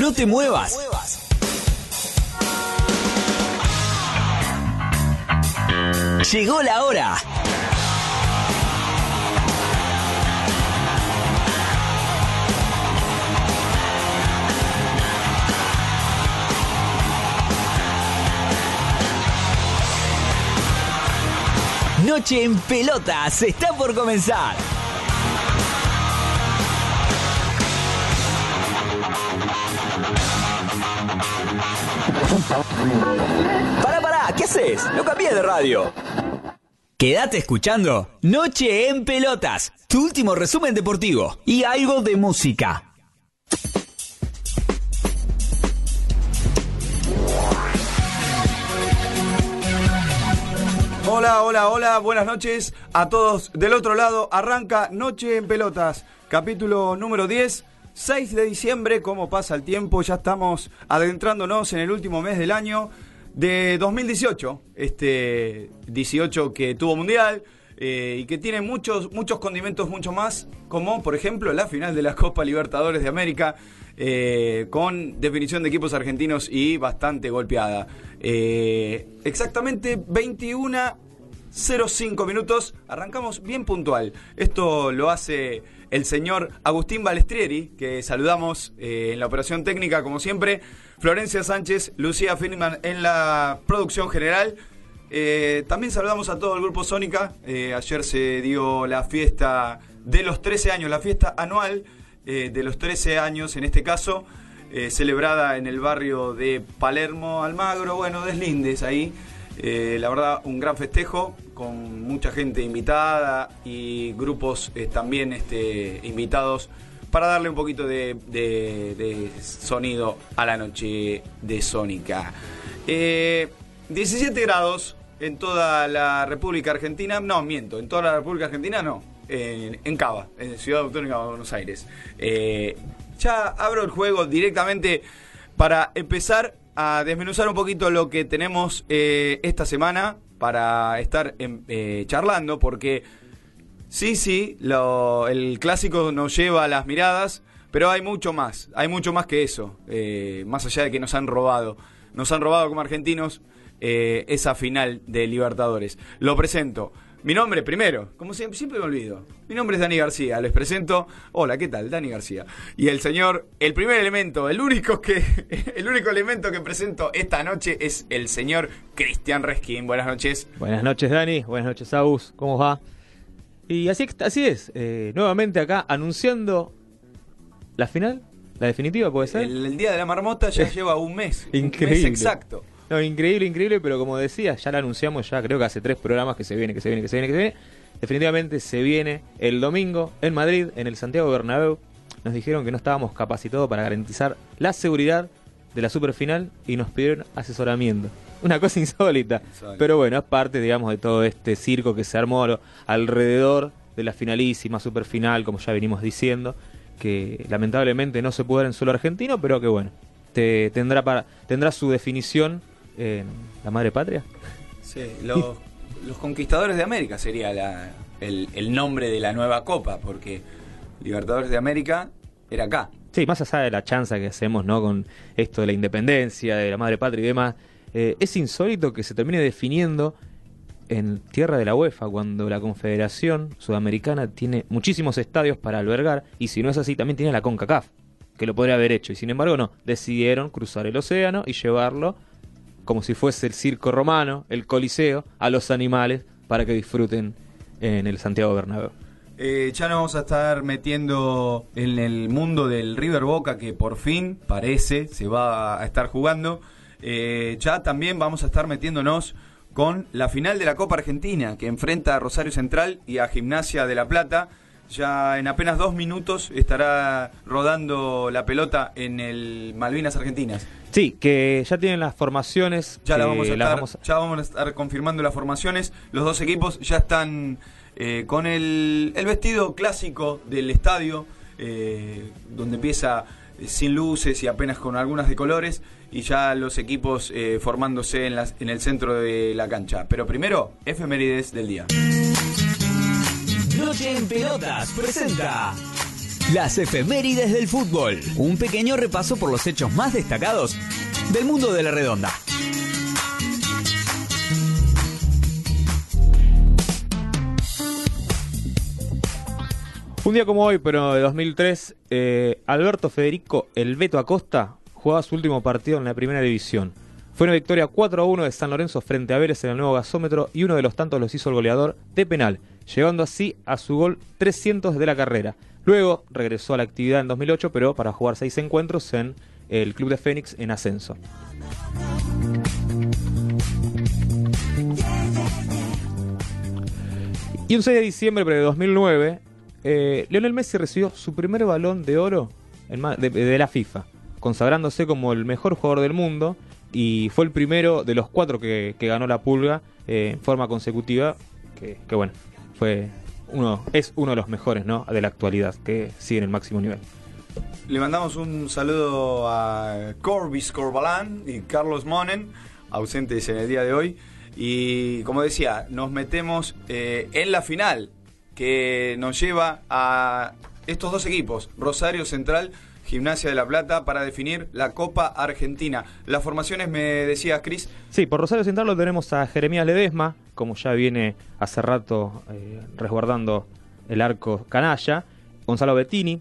No te muevas. Llegó la hora. Noche en Pelotas está por comenzar. Pará, ¿qué haces? No cambies de radio. Quédate escuchando Noche en Pelotas, tu último resumen deportivo y algo de música. Hola, buenas noches a todos del otro lado. Arranca Noche en Pelotas, capítulo número 10, 6 de diciembre. ¿Cómo pasa el tiempo? Ya estamos adentrándonos en el último mes del año de 2018, este 18 que tuvo Mundial y que tiene muchos condimentos, mucho más, como por ejemplo la final de la Copa Libertadores de América, con definición de equipos argentinos y bastante golpeada. Exactamente 21:05 minutos, arrancamos bien puntual. Esto lo hace el señor Agustín Balestrieri, que saludamos en la operación técnica como siempre, Florencia Sánchez, Lucía Firman en la producción general. También saludamos a todo el grupo Sónica. Ayer se dio la fiesta de los 13 años, la fiesta anual de los 13 años en este caso, celebrada en el barrio de Palermo Almagro, bueno, Deslindes ahí. La verdad, un gran festejo con mucha gente invitada y grupos también invitados para darle un poquito de sonido a la noche de Sónica. 17 grados en toda la República Argentina. No, miento, en toda la República Argentina no. En Cava, en Ciudad Autónoma de Buenos Aires. Ya abro el juego directamente para empezar a desmenuzar un poquito lo que tenemos esta semana para estar charlando, porque sí, el clásico nos lleva a las miradas, pero hay mucho más que eso, más allá de que nos han robado como argentinos esa final de Libertadores. Lo presento. Mi nombre primero, como siempre me olvido. Mi nombre es Dani García, les presento. Hola, ¿qué tal? Dani García. Y el primer elemento, el único elemento que presento esta noche es el señor Cristian Reskin. Buenas noches. Buenas noches, Dani. Buenas noches, Agus. ¿Cómo va? Y así es. Nuevamente acá anunciando la final, la definitiva, ¿puede ser? El día de la marmota ya lleva un mes. Increíble. Un mes exacto. No, increíble, pero como decía, ya la anunciamos, ya creo que hace 3 programas que se viene. Definitivamente se viene el domingo en Madrid, en el Santiago Bernabéu. Nos dijeron que no estábamos capacitados para garantizar la seguridad de la superfinal y nos pidieron asesoramiento. Una cosa insólita. Pero bueno, es parte, digamos, de todo este circo que se armó alrededor de la finalísima superfinal, como ya venimos diciendo, que lamentablemente no se pudo dar en suelo argentino, pero que bueno, tendrá su definición en la madre patria. Sí, los conquistadores de América sería el nombre de la nueva copa, porque Libertadores de América era acá. Sí, más allá de la chanza que hacemos, ¿no?, con esto de la independencia, de la madre patria y demás, es insólito que se termine definiendo en tierra de la UEFA, cuando la Confederación Sudamericana tiene muchísimos estadios para albergar, y si no es así, también tiene la CONCACAF, que lo podría haber hecho, y sin embargo no, decidieron cruzar el océano y llevarlo como si fuese el circo romano, el Coliseo, a los animales para que disfruten en el Santiago Bernabéu. Ya nos vamos a estar metiendo en el mundo del River Boca, que por fin parece se va a estar jugando. Ya también vamos a estar metiéndonos con la final de la Copa Argentina, que enfrenta a Rosario Central y a Gimnasia de La Plata. Ya en apenas 2 minutos estará rodando la pelota en el Malvinas Argentinas. Sí, que ya tienen las formaciones. Ya vamos a estar confirmando las formaciones. Los dos equipos ya están con el vestido clásico del estadio, donde empieza sin luces y apenas con algunas de colores, y ya los equipos formándose en el centro de la cancha. Pero primero, efemérides del día. Noche en Pelotas presenta Las efemérides del fútbol. Un pequeño repaso por los hechos más destacados del mundo de la redonda. Un día como hoy, pero de 2003, Alberto Federico El Beto Acosta jugaba su último partido en la primera división. Fue una victoria 4-1 de San Lorenzo frente a Vélez en el nuevo gasómetro y uno de los tantos los hizo el goleador de penal, llegando así a su gol 300 de la carrera. Luego regresó a la actividad en 2008, pero para jugar 6 encuentros en el Club de Fénix en ascenso. Y un 6 de diciembre de 2009, Lionel Messi recibió su primer Balón de Oro de la FIFA, consagrándose como el mejor jugador del mundo y fue el primero de los 4 que ganó la Pulga en forma consecutiva, que bueno, es uno de los mejores, ¿no?, de la actualidad, que sigue en el máximo nivel. Le mandamos un saludo a Corbis Corbalán y Carlos Monen, ausentes en el día de hoy. Y como decía, nos metemos en la final, que nos lleva a estos dos equipos, Rosario Central, Gimnasia de La Plata, para definir la Copa Argentina. Las formaciones, me decías, Cris. Sí, por Rosario Central lo tenemos a Jeremías Ledesma, como ya viene hace rato resguardando el arco canalla, Gonzalo Bettini,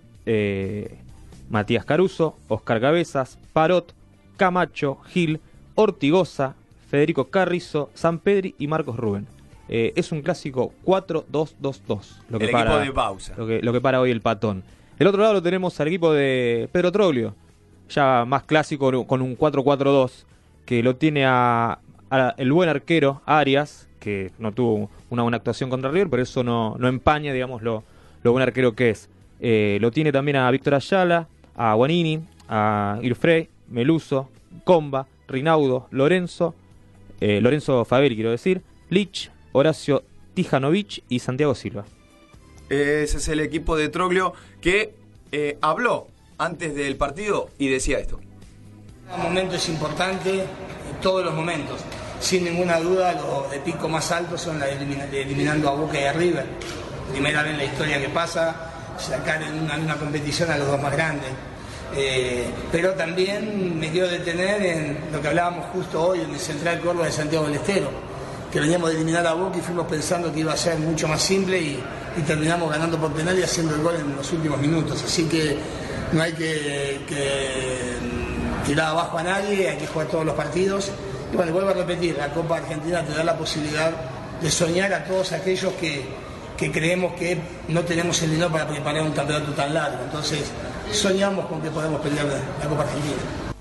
Matías Caruso, Oscar Cabezas, Parot, Camacho, Gil, Ortigoza, Federico Carrizo, Sampedri y Marcos Rubén. Es un clásico 4-2-2-2. El equipo de Bausa. Lo que para hoy el patón. Del otro lado lo tenemos al equipo de Pedro Troglio, ya más clásico con un 4-4-2, que lo tiene a el buen arquero Arias, que no tuvo una buena actuación contra River, pero eso no empaña, digamos, lo buen arquero que es. Lo tiene también a Víctor Ayala, a Guanini, a Irfrey, Meluso, Comba, Rinaudo, Lorenzo Faveri, quiero decir, Lich, Horacio Tijanovic y Santiago Silva. Ese es el equipo de Troglio que habló antes del partido y decía esto. Cada momento es importante, todos los momentos. Sin ninguna duda, los de pico más altos son eliminando a Boca y a River. Primera vez en la historia que pasa, sacar en una competición a los dos más grandes. Pero también me quiero detener en lo que hablábamos justo hoy en el Central Córdoba de Santiago del Estero, que veníamos de eliminar a Boca y fuimos pensando que iba a ser mucho más simple y terminamos ganando por penal y haciendo el gol en los últimos minutos. Así que no hay que tirar abajo a nadie, hay que jugar todos los partidos. Y bueno, vuelvo a repetir, la Copa Argentina te da la posibilidad de soñar a todos aquellos que creemos que no tenemos el dinero para preparar un campeonato tan largo. Entonces, soñamos con que podemos pelear la Copa Argentina.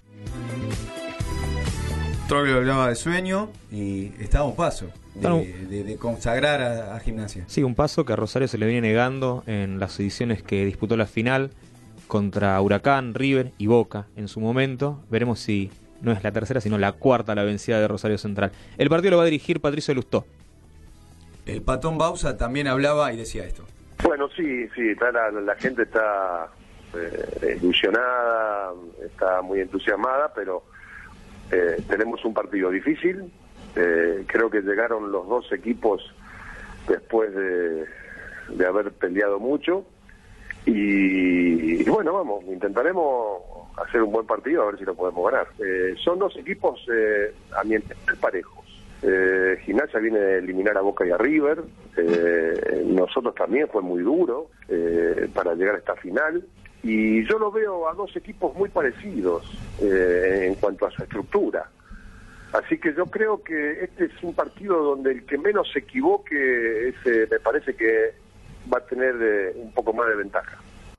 Troglio hablaba de sueño y está a un paso de consagrar a Gimnasia. Sí, un paso que a Rosario se le viene negando en las ediciones que disputó la final contra Huracán, River y Boca en su momento. Veremos si no es la tercera, sino la cuarta la vencida de Rosario Central. El partido lo va a dirigir Patricio Lustó. El patón Bausa también hablaba y decía esto. Bueno, sí, la gente está ilusionada, está muy entusiasmada, pero tenemos un partido difícil. Creo que llegaron los dos equipos después de haber peleado mucho y bueno, vamos, intentaremos hacer un buen partido a ver si lo podemos ganar. Son dos equipos a mi entender parejos. Gimnasia viene de eliminar a Boca y a River, nosotros también fue muy duro para llegar a esta final. Y yo lo veo a dos equipos muy parecidos en cuanto a su estructura. Así que yo creo que este es un partido donde el que menos se equivoque me parece que va a tener un poco más de ventaja.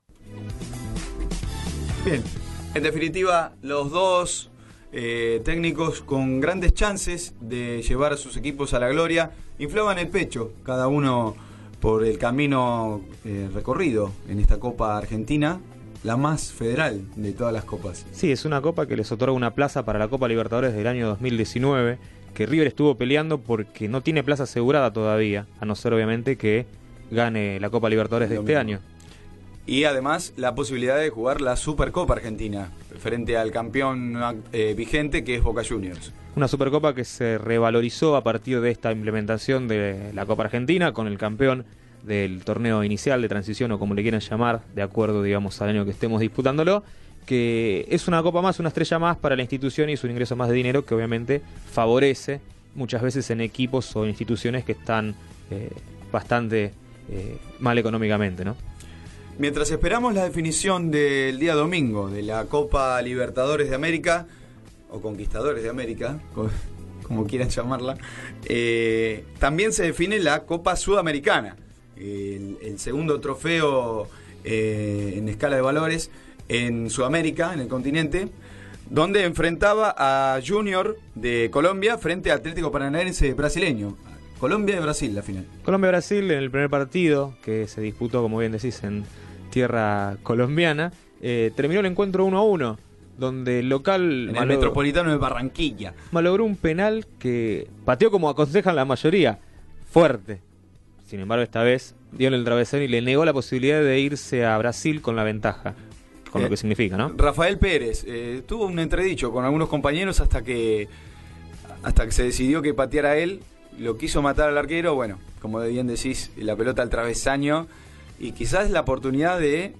Bien, en definitiva, los dos técnicos con grandes chances de llevar a sus equipos a la gloria, inflaban el pecho, cada uno por el camino recorrido en esta Copa Argentina, la más federal de todas las copas. Sí, es una copa que les otorga una plaza para la Copa Libertadores del año 2019, que River estuvo peleando porque no tiene plaza asegurada todavía, a no ser obviamente que gane la Copa Libertadores de este año. Y además la posibilidad de jugar la Supercopa Argentina frente al campeón vigente, que es Boca Juniors. Una Supercopa que se revalorizó a partir de esta implementación de la Copa Argentina con el campeón del torneo inicial de transición, o como le quieran llamar, de acuerdo, digamos, al año que estemos disputándolo, que es una copa más, una estrella más para la institución y es un ingreso más de dinero que obviamente favorece muchas veces en equipos o instituciones que están bastante mal económicamente, ¿no? Mientras esperamos la definición del día domingo de la Copa Libertadores de América, o Conquistadores de América, como quieran llamarla, también se define la Copa Sudamericana, el segundo trofeo en escala de valores en Sudamérica, en el continente, donde enfrentaba a Junior de Colombia frente a Atlético Paranaense brasileño. Colombia y Brasil, la final. Colombia-Brasil en el primer partido, que se disputó, como bien decís, en tierra colombiana, terminó el encuentro 1-1, donde el local... En el Metropolitano de Barranquilla. Malogró un penal que pateó como aconsejan la mayoría, fuerte. Sin embargo, esta vez dio en el travesaño y le negó la posibilidad de irse a Brasil con la ventaja. Con lo que significa, ¿no? Rafael Pérez tuvo un entredicho con algunos compañeros hasta que se decidió que pateara él. Lo quiso matar al arquero, bueno, como bien decís, la pelota al travesaño, y quizás la oportunidad de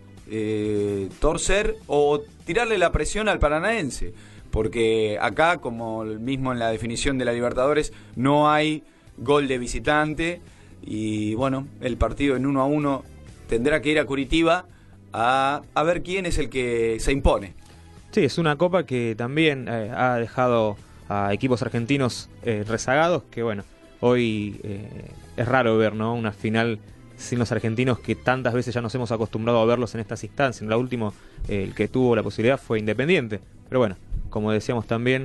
torcer o tirarle la presión al paranaense, porque acá, como mismo en la definición de la Libertadores, no hay gol de visitante, y bueno, el partido en 1-1 tendrá que ir a Curitiba a ver quién es el que se impone. Sí, es una copa que también ha dejado a equipos argentinos rezagados, que bueno, hoy es raro ver, ¿no?, una final sin los argentinos, que tantas veces ya nos hemos acostumbrado a verlos en estas instancias. En la última, el que tuvo la posibilidad fue Independiente, pero bueno, como decíamos también,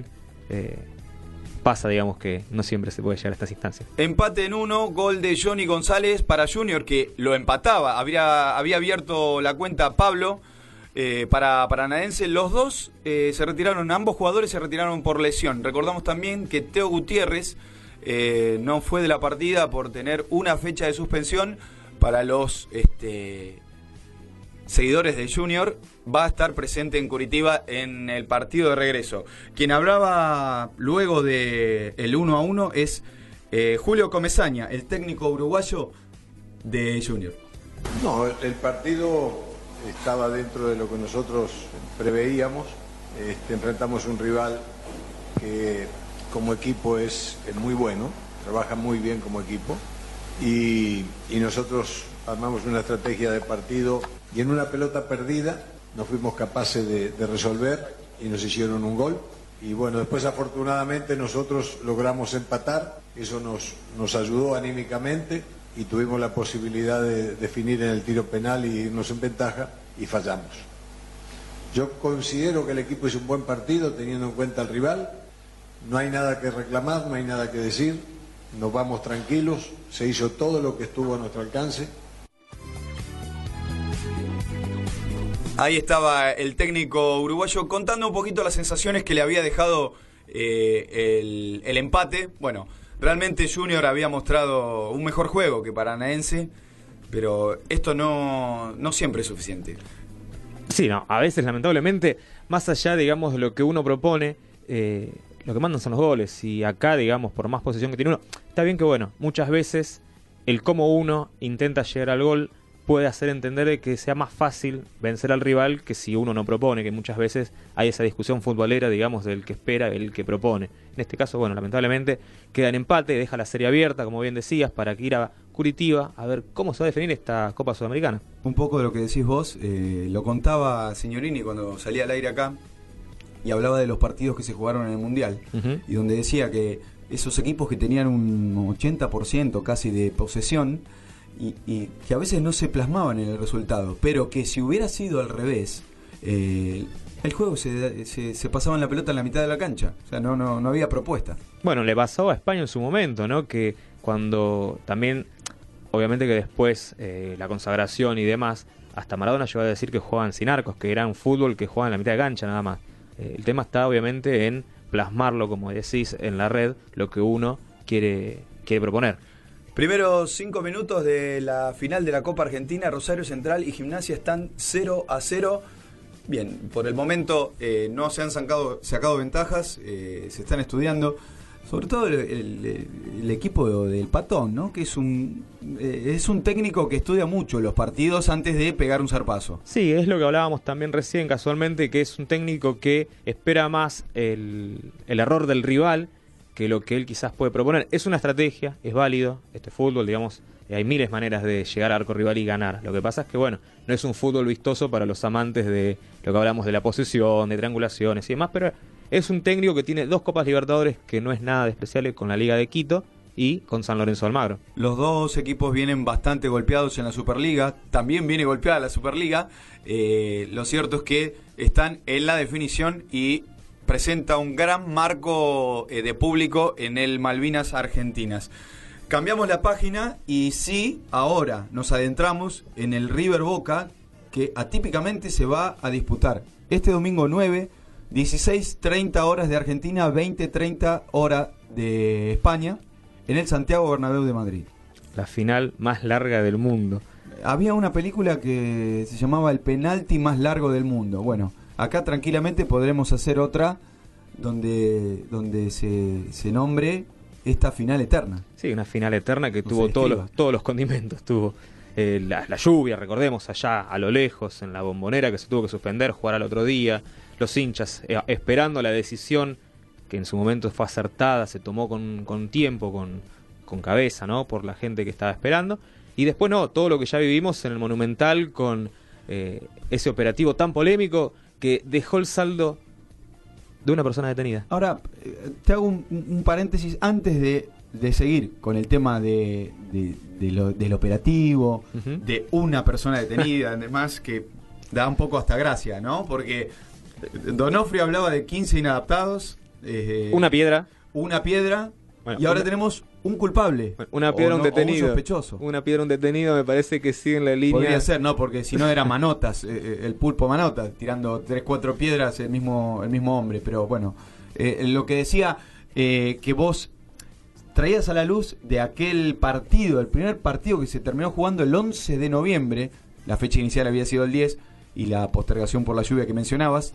pasa, digamos, que no siempre se puede llegar a estas instancias. Empate en 1, gol de Johnny González para Junior, que lo empataba. Había abierto la cuenta Pablo para Paranaense. Los dos se retiraron, ambos jugadores se retiraron por lesión. Recordamos también que Teo Gutiérrez no fue de la partida por tener una fecha de suspensión. Para los seguidores de Junior, va a estar presente en Curitiba en el partido de regreso. Quien hablaba luego del 1-1 es Julio Comesaña, el técnico uruguayo de Junior. No, el partido estaba dentro de lo que nosotros preveíamos. Enfrentamos un rival que como equipo es muy bueno, trabaja muy bien como equipo, y nosotros armamos una estrategia de partido y en una pelota perdida no fuimos capaces de resolver y nos hicieron un gol. Y bueno, después afortunadamente nosotros logramos empatar, eso nos ayudó anímicamente y tuvimos la posibilidad de definir en el tiro penal y irnos en ventaja, y fallamos. Yo considero que el equipo hizo un buen partido teniendo en cuenta al rival, no hay nada que reclamar, no hay nada que decir, nos vamos tranquilos, se hizo todo lo que estuvo a nuestro alcance. Ahí estaba el técnico uruguayo contando un poquito las sensaciones que le había dejado el empate. Bueno, realmente Junior había mostrado un mejor juego que Paranaense, pero esto no siempre es suficiente. Sí, no, a veces lamentablemente, más allá, digamos, de lo que uno propone, lo que mandan son los goles. Y acá, digamos, por más posesión que tiene uno, está bien que, bueno, muchas veces el cómo uno intenta llegar al gol puede hacer entender que sea más fácil vencer al rival que si uno no propone, que muchas veces hay esa discusión futbolera, digamos, del que espera, el que propone. En este caso, bueno, lamentablemente queda en empate, deja la serie abierta, como bien decías, para que ir a Curitiba a ver cómo se va a definir esta Copa Sudamericana. Un poco de lo que decís vos, lo contaba Signorini cuando salía al aire acá y hablaba de los partidos que se jugaron en el Mundial, y donde decía que esos equipos que tenían un 80% casi de posesión, y que a veces no se plasmaban en el resultado, pero que si hubiera sido al revés, el juego se pasaba en la pelota en la mitad de la cancha, o sea, no había propuesta. Bueno, le pasó a España en su momento, ¿no? Que cuando también, obviamente que después la consagración y demás, hasta Maradona llegó a decir que jugaban sin arcos, que era un fútbol que jugaban en la mitad de cancha nada más. El tema está obviamente en plasmarlo, como decís, en la red, lo que uno quiere proponer. Primeros 5 minutos de la final de la Copa Argentina, Rosario Central y Gimnasia están 0-0. Bien, por el momento no se han sacado ventajas, se están estudiando. Sobre todo el equipo del Patón, ¿no? Que es un técnico que estudia mucho los partidos antes de pegar un zarpazo. Sí, es lo que hablábamos también recién casualmente, que es un técnico que espera más el error del rival que lo que él quizás puede proponer. Es una estrategia, es válido, este fútbol, digamos, hay miles de maneras de llegar al arco rival y ganar. Lo que pasa es que, bueno, no es un fútbol vistoso para los amantes de lo que hablamos de la posesión, de triangulaciones y demás, pero es un técnico que tiene 2 Copas Libertadores, que no es nada de especial, con la Liga de Quito y con San Lorenzo de Almagro. Los dos equipos vienen bastante golpeados en la Superliga, también viene golpeada la Superliga. Lo cierto es que están en la definición y presenta un gran marco de público en el Malvinas Argentinas. Cambiamos la página y sí, ahora nos adentramos en el River Boca, que atípicamente se va a disputar este domingo 9, 16:30 horas de Argentina, 20:30 hora de España, en el Santiago Bernabéu de Madrid. La final más larga del mundo. Había una película que se llamaba El penalti más largo del mundo. Bueno, acá tranquilamente podremos hacer otra donde se nombre esta final eterna. Sí, una final eterna que tuvo todos los condimentos. Tuvo la lluvia, recordemos, allá a lo lejos, en la Bombonera, que se tuvo que suspender, jugar al otro día. Los hinchas esperando la decisión, que en su momento fue acertada, se tomó con tiempo, con cabeza, ¿no? Por la gente que estaba esperando. Y después, no, todo lo que ya vivimos en el Monumental con ese operativo tan polémico que dejó el saldo de una persona detenida. Ahora, te hago un paréntesis antes de seguir con el tema del operativo, uh-huh, de una persona detenida, además, que da un poco hasta gracia, ¿no? Porque Donofrio hablaba de 15 inadaptados. Una piedra. Bueno, y ahora tenemos un culpable. Una piedra, un detenido. Un sospechoso. Una piedra, un detenido, me parece que sigue en la línea. Podría ser, ¿no? Porque si no era Manotas, el pulpo Manotas, tirando 3-4 piedras el mismo hombre. Pero bueno, lo que decía, que vos traías a la luz de aquel partido, el primer partido que se terminó jugando el 11 de noviembre, la fecha inicial había sido el 10, y la postergación por la lluvia que mencionabas,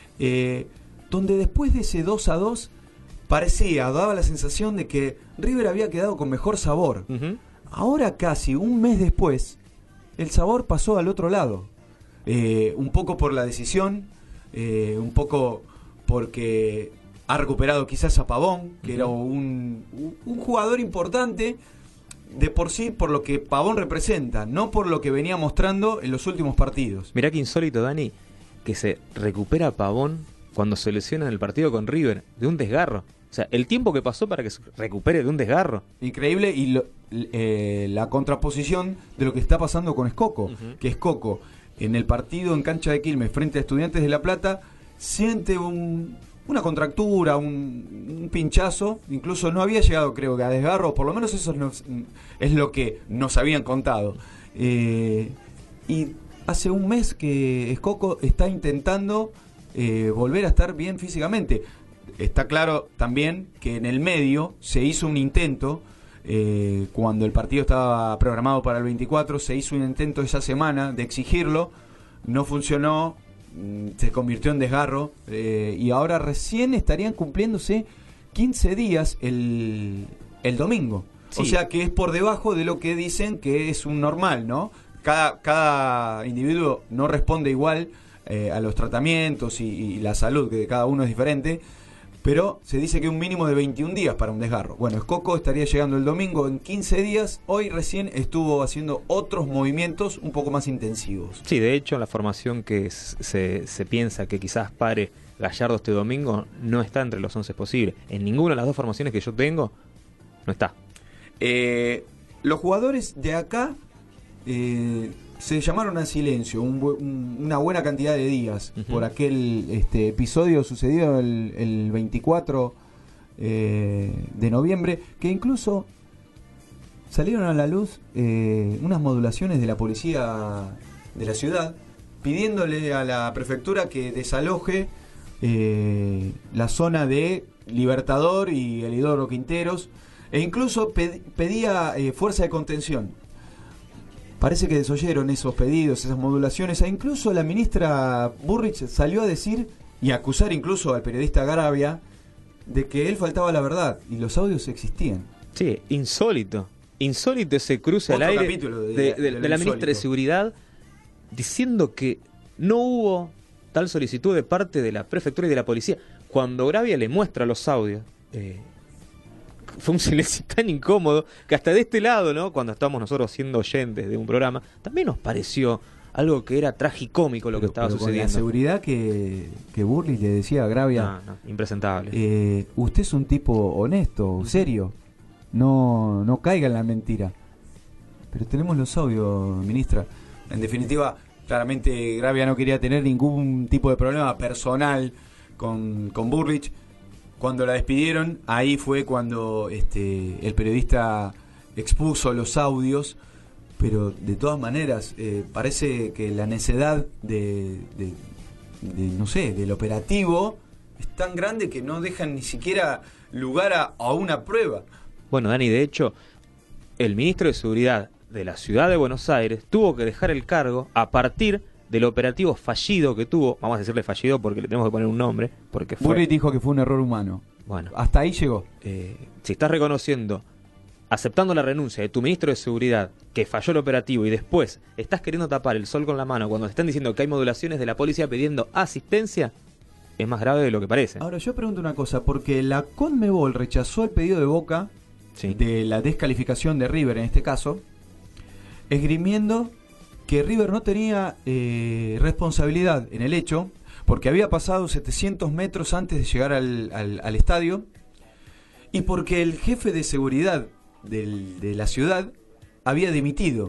donde después de ese 2-2 daba la sensación de que River había quedado con mejor sabor. Uh-huh. Ahora, casi un mes después, el sabor pasó al otro lado. Un poco por la decisión, un poco porque ha recuperado quizás a Pavón, que, uh-huh, era un jugador importante de por sí, por lo que Pavón representa, no por lo que venía mostrando en los últimos partidos. Mirá qué insólito, Dani, que se recupera Pavón cuando se lesiona en el partido con River, de un desgarro. O sea, el tiempo que pasó para que se recupere de un desgarro. Increíble, y la contraposición de lo que está pasando con Escoco, uh-huh, que Escoco, en el partido en cancha de Quilmes frente a Estudiantes de La Plata, siente una contractura, un pinchazo, incluso no había llegado, creo que a desgarro, por lo menos eso es lo que nos habían contado. Y hace un mes que Escoco está intentando volver a estar bien físicamente. Está claro también que en el medio se hizo un intento, cuando el partido estaba programado para el 24, se hizo un intento esa semana de exigirlo, no funcionó, se convirtió en desgarro, y ahora recién estarían cumpliéndose 15 días el domingo. Sí. O sea que es por debajo de lo que dicen que es un normal, ¿no? Cada individuo no responde igual a los tratamientos y la salud, que de cada uno es diferente, pero se dice que un mínimo de 21 días para un desgarro. Bueno, Escoco estaría llegando el domingo en 15 días. Hoy recién estuvo haciendo otros movimientos un poco más intensivos. Sí, de hecho, la formación que se piensa que quizás pare Gallardo este domingo no está entre los 11 posibles. En ninguna de las dos formaciones que yo tengo no está. Los jugadores de acá se llamaron a silencio una buena cantidad de días, uh-huh, por aquel episodio sucedido el 24 de noviembre, que incluso salieron a la luz unas modulaciones de la policía de la ciudad pidiéndole a la prefectura que desaloje la zona de Libertador y Elidoro Quinteros, e incluso pedía fuerza de contención. Parece que desoyeron esos pedidos, esas modulaciones, e incluso la ministra Burrich salió a decir y a acusar incluso al periodista Garavia de que él faltaba la verdad y los audios existían. Sí, insólito. Insólito ese cruce Otro al aire capítulo de la ministra de Seguridad diciendo que no hubo tal solicitud de parte de la prefectura y de la policía. Cuando Gravia le muestra los audios, fue un silencio tan incómodo que hasta de este lado, ¿no? Cuando estábamos nosotros siendo oyentes de un programa, también nos pareció algo que era tragicómico lo que estaba sucediendo. Con la seguridad que Burley le decía a Gravia, No, impresentable. usted es un tipo honesto, serio, no caiga en la mentira. Pero tenemos los audios, ministra. En definitiva, claramente Gravia no quería tener ningún tipo de problema personal con Burlich. Cuando la despidieron, ahí fue cuando el periodista expuso los audios, pero de todas maneras parece que la necedad no sé, del operativo es tan grande que no dejan ni siquiera lugar a una prueba. Bueno, Dani, de hecho, el ministro de Seguridad de la ciudad de Buenos Aires tuvo que dejar el cargo a partir del operativo fallido que tuvo. Vamos a decirle fallido porque le tenemos que poner un nombre, porque fue... Burley dijo que fue un error humano. Bueno, hasta ahí llegó. Si estás reconociendo, aceptando la renuncia de tu ministro de Seguridad, que falló el operativo, y después estás queriendo tapar el sol con la mano cuando te están diciendo que hay modulaciones de la policía pidiendo asistencia, es más grave de lo que parece. Ahora yo pregunto una cosa, porque la Conmebol rechazó el pedido de Boca, sí, de la descalificación de River en este caso, esgrimiendo que River no tenía responsabilidad en el hecho, porque había pasado 700 metros antes de llegar al estadio, y porque el jefe de seguridad de la ciudad había dimitido.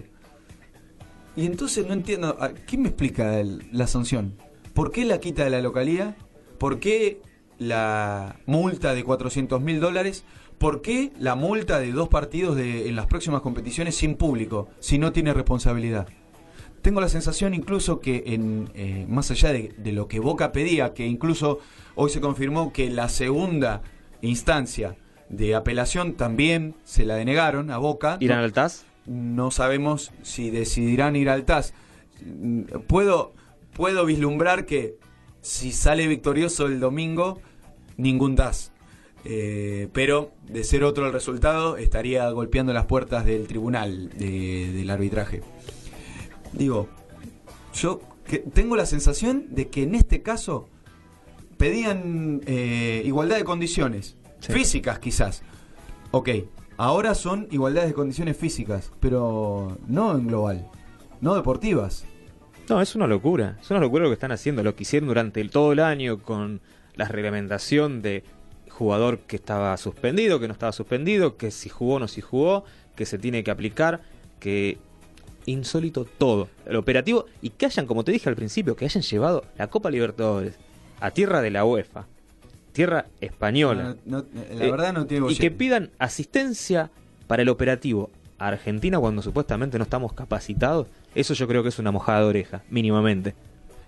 Y entonces no entiendo, ¿quién me explica la sanción? ¿Por qué la quita de la localía? ¿Por qué la multa de $400.000? ¿Por qué la multa de 2 partidos en las próximas competiciones sin público, si no tiene responsabilidad? Tengo la sensación incluso que más allá de lo que Boca pedía, que incluso hoy se confirmó que la segunda instancia de apelación también se la denegaron a Boca. ¿Irán al TAS? No sabemos si decidirán ir al TAS. Puedo vislumbrar que si sale victorioso el domingo, ningún TAS. Pero de ser otro el resultado, estaría golpeando las puertas del tribunal del arbitraje. Digo, yo tengo la sensación de que en este caso pedían igualdad de condiciones, sí, físicas quizás. Ok, ahora son igualdades de condiciones físicas, pero no en global, no deportivas. No, es una locura lo que están haciendo, lo que hicieron durante todo el año con la reglamentación de jugador que estaba suspendido, que no estaba suspendido, que si jugó o no si jugó, que se tiene que aplicar, que... insólito todo, el operativo, y que hayan, como te dije al principio, que hayan llevado la Copa Libertadores a tierra de la UEFA, tierra española, la verdad no tiene y que pidan asistencia para el operativo a Argentina cuando supuestamente no estamos capacitados. Eso yo creo que es una mojada de oreja, mínimamente.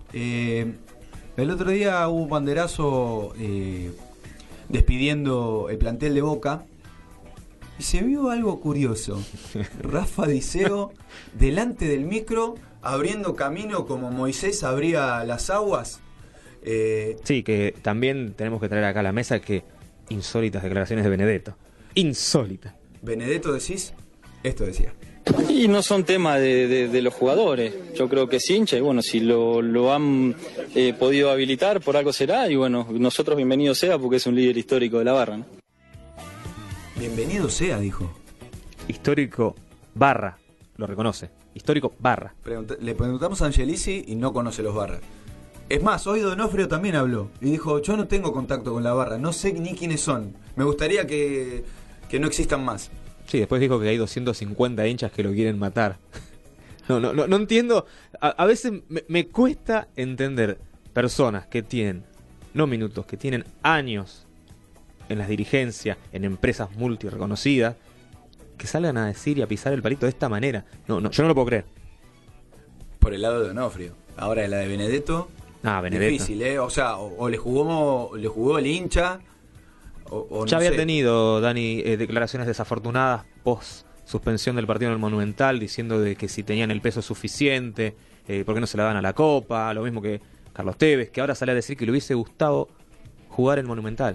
El otro día hubo un banderazo despidiendo el plantel de Boca. Y se vio algo curioso. Rafa Diceo delante del micro, abriendo camino como Moisés abría las aguas. Sí, que también tenemos que traer acá a la mesa que insólitas declaraciones de Benedetto. Insólita. Benedetto, decís, esto decía. Y no son temas de los jugadores. Yo creo que es hincha y bueno, si lo han podido habilitar, por algo será. Y bueno, nosotros bienvenido sea porque es un líder histórico de la barra, ¿no? Bienvenido sea, dijo. Histórico barra, lo reconoce. Histórico barra. Le preguntamos a Angelici y no conoce los barras. Es más, hoy Donofrio también habló y dijo, yo no tengo contacto con la barra, no sé ni quiénes son. Me gustaría que no existan más. Sí, después dijo que hay 250 hinchas que lo quieren matar. No entiendo. A veces me cuesta entender personas que tienen, no minutos, que tienen años en las dirigencias, en empresas multireconocidas, que salgan a decir y a pisar el palito de esta manera. No, yo no lo puedo creer. Por el lado de Donofrio. Ahora de la de Benedetto. Benedetto. Difícil, O sea, o le jugó el hincha, o ya no había sé. tenido, Dani, declaraciones desafortunadas post suspensión del partido en el Monumental, diciendo de que si tenían el peso suficiente, ¿por qué no se la dan a la Copa? Lo mismo que Carlos Tevez, que ahora sale a decir que le hubiese gustado jugar el Monumental.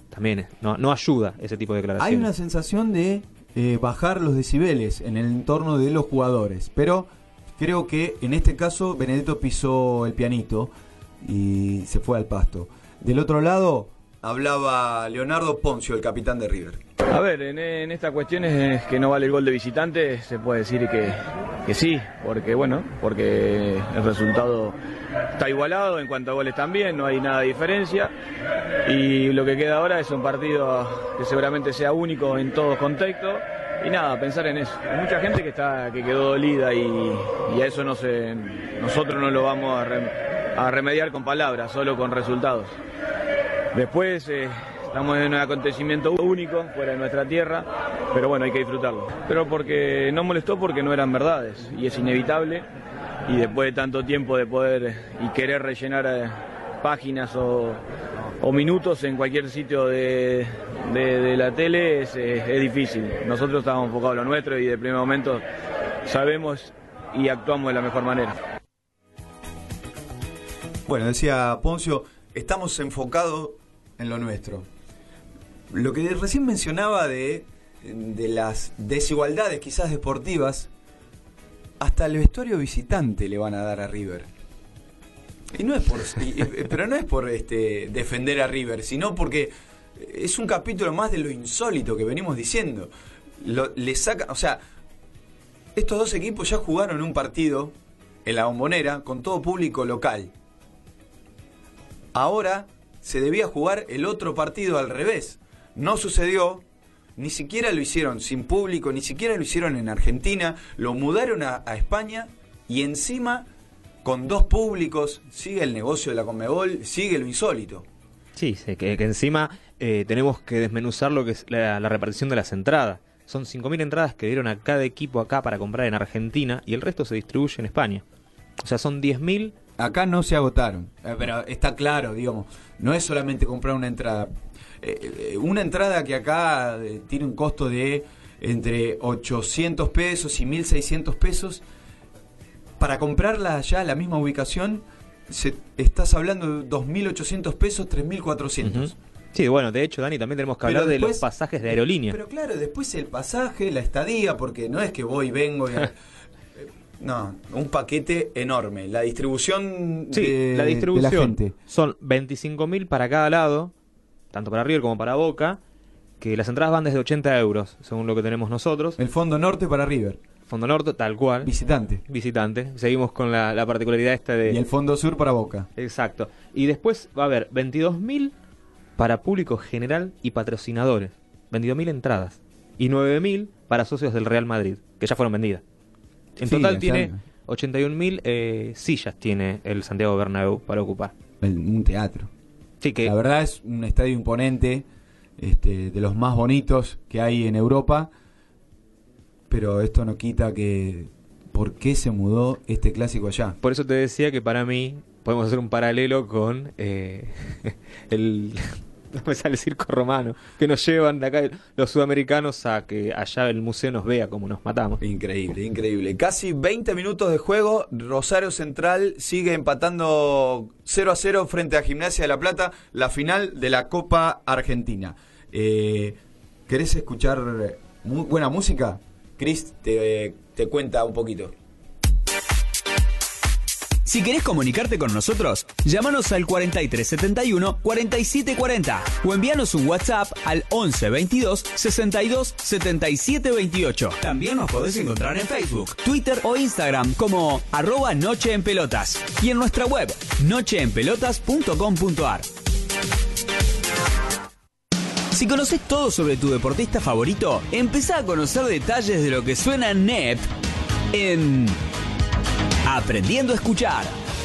también no ayuda ese tipo de declaraciones. Hay una sensación de bajar los decibeles en el entorno de los jugadores, pero creo que en este caso Benedetto pisó el pianito y se fue al pasto. Del otro lado hablaba Leonardo Poncio, el capitán de River. A ver, en estas cuestiones que no vale el gol de visitante, se puede decir que sí, porque el resultado está igualado, en cuanto a goles también, no hay nada de diferencia, y lo que queda ahora es un partido que seguramente sea único en todos contextos, y nada, pensar en eso. Hay mucha gente que quedó dolida y a eso nosotros no lo vamos a remediar con palabras, solo con resultados. Después estamos en un acontecimiento único fuera de nuestra tierra, pero bueno, hay que disfrutarlo. Pero porque no molestó, porque no eran verdades y es inevitable, y después de tanto tiempo de poder y querer rellenar páginas o minutos en cualquier sitio de la tele es difícil. Nosotros estamos enfocados en lo nuestro y de primer momento sabemos y actuamos de la mejor manera. Bueno, decía Poncio, estamos enfocados en lo nuestro. Lo que recién mencionaba de las desigualdades quizás deportivas, hasta el vestuario visitante le van a dar a River. Y no es pero no es por defender a River, sino porque es un capítulo más de lo insólito que venimos diciendo. O sea, estos dos equipos ya jugaron un partido en la Bombonera con todo público local. Ahora se debía jugar el otro partido al revés. No sucedió, ni siquiera lo hicieron sin público, ni siquiera lo hicieron en Argentina, lo mudaron a España y encima con dos públicos sigue el negocio de la Conmebol, sigue lo insólito. Sí, que encima tenemos que desmenuzar lo que es la repartición de las entradas. Son 5.000 entradas que dieron a cada equipo acá para comprar en Argentina y el resto se distribuye en España. O sea, son 10.000. Acá no se agotaron, pero está claro, digamos, no es solamente comprar una entrada. Una entrada que acá tiene un costo de entre 800 pesos y 1.600 pesos, para comprarla allá a la misma ubicación, estás hablando de 2.800 pesos, 3.400. Sí, bueno, de hecho, Dani, también tenemos que hablar de los pasajes de aerolínea. Pero claro, después el pasaje, la estadía, porque no es que voy, vengo y... No, un paquete enorme. La distribución la distribución de la gente. Son 25.000 para cada lado, tanto para River como para Boca, que las entradas van desde 80 euros, según lo que tenemos nosotros. El fondo norte para River. Fondo norte, tal cual. Visitante. Seguimos con la particularidad esta de... Y el fondo sur para Boca. Exacto. Y después va a haber 22.000 para público general y patrocinadores. 22.000 entradas. Y 9.000 para socios del Real Madrid, que ya fueron vendidas. En total tiene 81.000 sillas tiene el Santiago Bernabéu para ocupar. Un teatro. Sí, que la verdad es un estadio imponente, de los más bonitos que hay en Europa, pero esto no quita que ¿por qué se mudó este clásico allá? Por eso te decía que para mí podemos hacer un paralelo con no me sale el circo romano, que nos llevan de acá los sudamericanos a que allá el museo nos vea como nos matamos. Increíble, increíble. Casi 20 minutos de juego, Rosario Central sigue empatando 0-0 frente a Gimnasia de La Plata, la final de la Copa Argentina. ¿Querés escuchar muy buena música? Chris te cuenta un poquito. Si querés comunicarte con nosotros, llámanos al 4371 4740 o envíanos un WhatsApp al 11 22 62 77 28. También nos podés encontrar en Facebook, Twitter o Instagram como @nocheenpelotas y en nuestra web nocheenpelotas.com.ar. Si conocés todo sobre tu deportista favorito, empezá a conocer detalles de lo que suena NEP en Aprendiendo a Escuchar.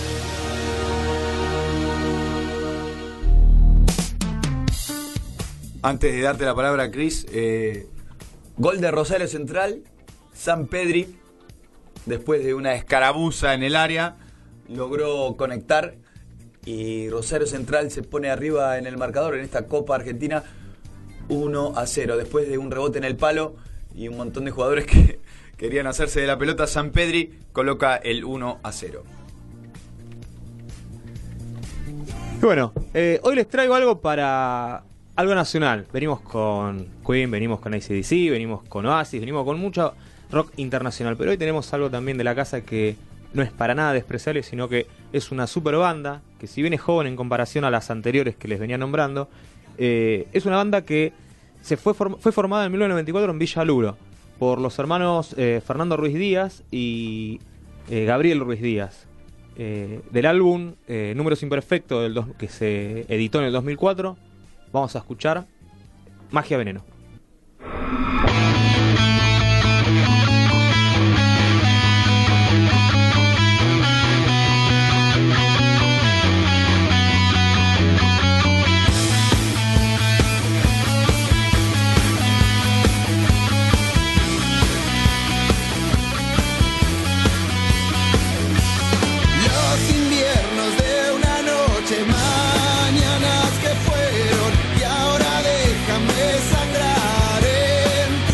Antes de darte la palabra, Chris, gol de Rosario Central, San Pedri, después de una escaramuza en el área, logró conectar y Rosario Central se pone arriba en el marcador en esta Copa Argentina 1-0, después de un rebote en el palo y un montón de jugadores que querían hacerse de la pelota. San Pedri coloca el 1-0. Bueno, hoy les traigo algo para algo nacional. Venimos con Queen, venimos con AC/DC, venimos con Oasis, venimos con mucho rock internacional. Pero hoy tenemos algo también de la casa que no es para nada despreciable, sino que es una super banda, que si bien es joven en comparación a las anteriores que les venía nombrando, es una banda que fue formada en 1994 en Villa Luro por los hermanos Fernando Ruiz Díaz y Gabriel Ruiz Díaz. Del álbum Números Imperfectos que se editó en el 2004, vamos a escuchar Magia Veneno. Mañanas que fueron y ahora déjame sangrar en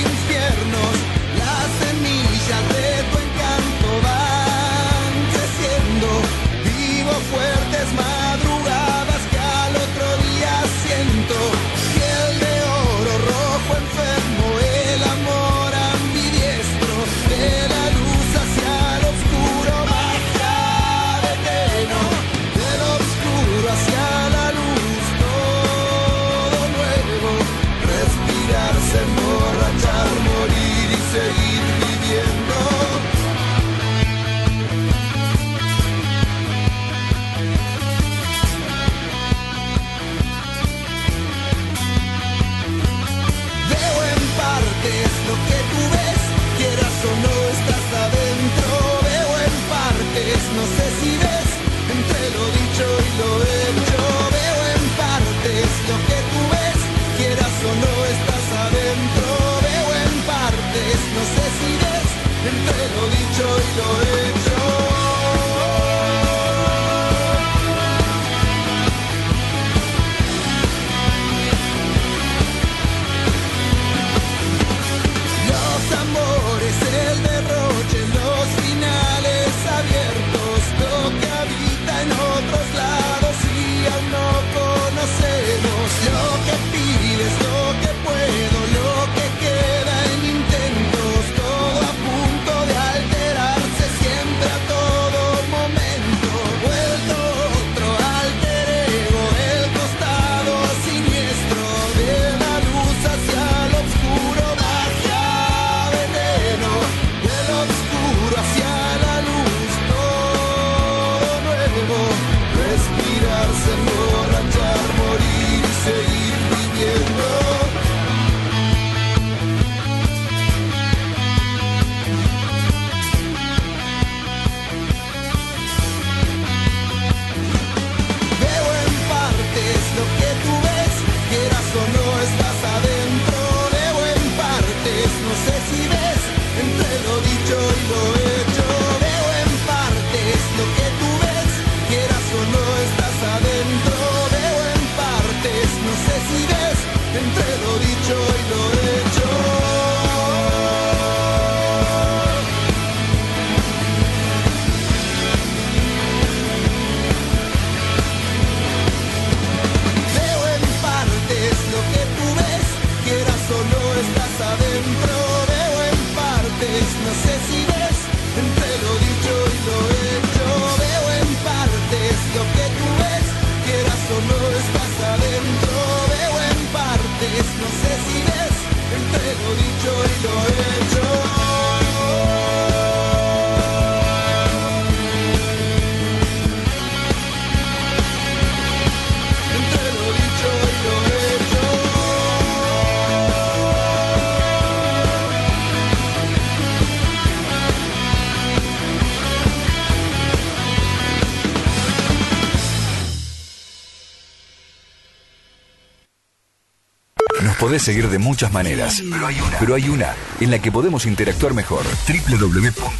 Podés seguir de muchas maneras, pero hay una en la que podemos interactuar mejor.